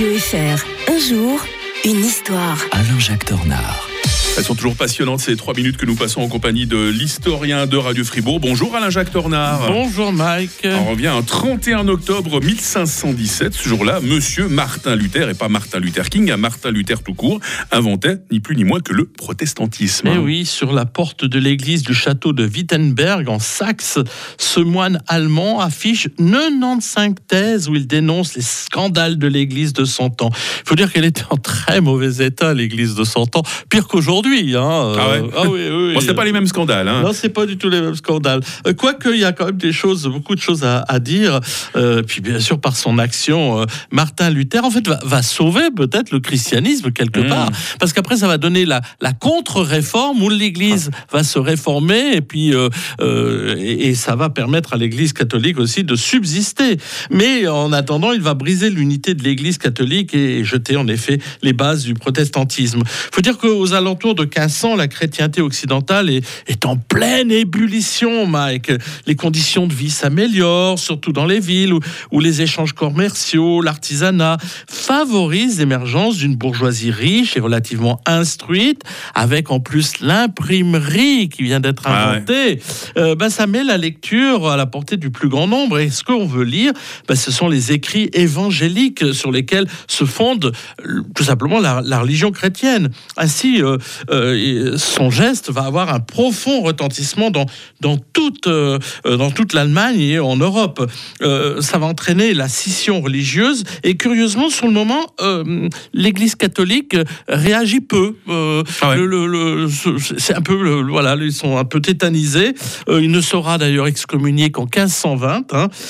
Radio FR, un jour, une histoire. Alain-Jacques Tornard. Elles sont toujours passionnantes, ces 3 minutes que nous passons en compagnie de l'historien de Radio Fribourg. Bonjour Alain-Jacques Tornard. Bonjour Mike. On revient un 31 octobre 1517. Ce jour-là, monsieur Martin Luther, et pas Martin Luther King, Martin Luther tout court, inventait ni plus ni moins que le protestantisme. Et oui, sur la porte de l'église du château de Wittenberg, en Saxe, ce moine allemand affiche 95 thèses où il dénonce les scandales de l'église de son temps. Il faut dire qu'elle était en très mauvais état, l'église de son temps, pire qu'aujourd'hui. Oui. Bon, c'est pas les mêmes scandales. Non, c'est pas du tout les mêmes scandales. Quoique, il y a quand même beaucoup de choses à dire. Puis bien sûr, par son action, Martin Luther, en fait, va sauver peut-être le christianisme quelque part. Parce qu'après, ça va donner la contre-réforme où l'Église va se réformer et puis et ça va permettre à l'Église catholique aussi de subsister. Mais en attendant, il va briser l'unité de l'Église catholique et jeter en effet les bases du protestantisme. Il faut dire qu'aux alentours de 1500, la chrétienté occidentale est en pleine ébullition, Mike. Les conditions de vie s'améliorent, surtout dans les villes où les échanges commerciaux, l'artisanat favorisent l'émergence d'une bourgeoisie riche et relativement instruite, avec en plus l'imprimerie qui vient d'être inventée. Ça met la lecture à la portée du plus grand nombre. Et ce qu'on veut lire, ce sont les écrits évangéliques sur lesquels se fonde tout simplement la religion chrétienne. Ainsi, son geste va avoir un profond retentissement dans toute l'Allemagne et en Europe. Ça va entraîner la scission religieuse et curieusement, sur le moment, l'Église catholique réagit peu. C'est un peu, ils sont un peu tétanisés. Il ne sera d'ailleurs excommunié qu'en 1520.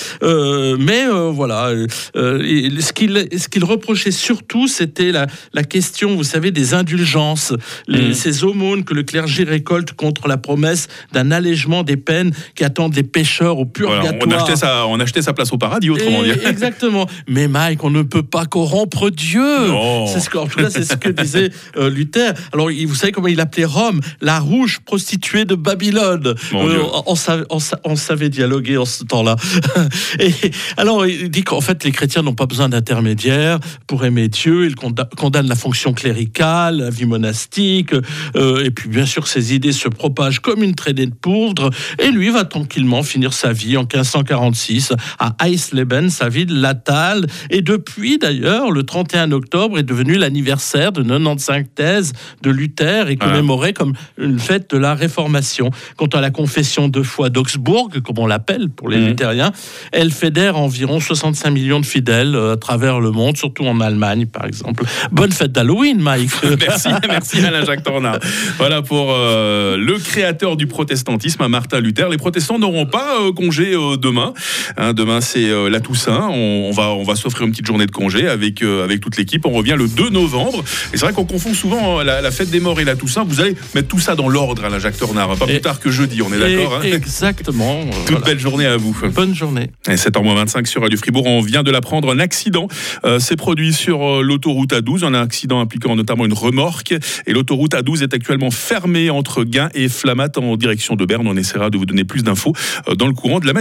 Ce qu'il reprochait surtout, c'était la question, vous savez, des indulgences. Ces aumônes que le clergé récolte contre la promesse d'un allègement des peines qui attendent les pécheurs au purgatoire. On achetait sa place au paradis, autrement dit. Exactement. Mais Mike, on ne peut pas corrompre Dieu. En tout cas, c'est ce que disait Luther. Alors, vous savez comment il appelait Rome, la rouge prostituée de Babylone. On savait dialoguer en ce temps-là. Et alors, il dit qu'en fait, les chrétiens n'ont pas besoin d'intermédiaires pour aimer Dieu. Il condamne la fonction cléricale, la vie monastique, et puis bien sûr ces idées se propagent comme une traînée de poudre, et lui va tranquillement finir sa vie en 1546 à Eisleben, sa ville natale, et depuis d'ailleurs le 31 octobre est devenu l'anniversaire de 95 thèses de Luther et commémoré comme une fête de la Réformation. Quant à la confession de foi d'Augsbourg, comme on l'appelle pour les luthériens, elle fédère environ 65 millions de fidèles à travers le monde, surtout en Allemagne par exemple. Bonne fête d'Halloween, Mike. Merci Alain-Jacques Tornard. Voilà pour le créateur du protestantisme, Martin Luther. Les protestants n'auront pas congé demain. Demain, c'est la Toussaint. On va s'offrir une petite journée de congé avec toute l'équipe. On revient le 2 novembre. Et c'est vrai qu'on confond souvent la fête des morts et la Toussaint. Vous allez mettre tout ça dans l'ordre, Alain-Jacques Tornard. Pas plus tard que jeudi, on est d'accord. Exactement. Toute belle journée à vous. Bonne journée. Et 7h25 sur Radio Fribourg. On vient de l'apprendre. Un accident s'est produit sur l'autoroute A12. Un accident impliquant notamment une remorque. Et l'autoroute A12 est actuellement fermée entre Gain et Flamatt en direction de Berne. On essaiera de vous donner plus d'infos dans le courant de la matinée.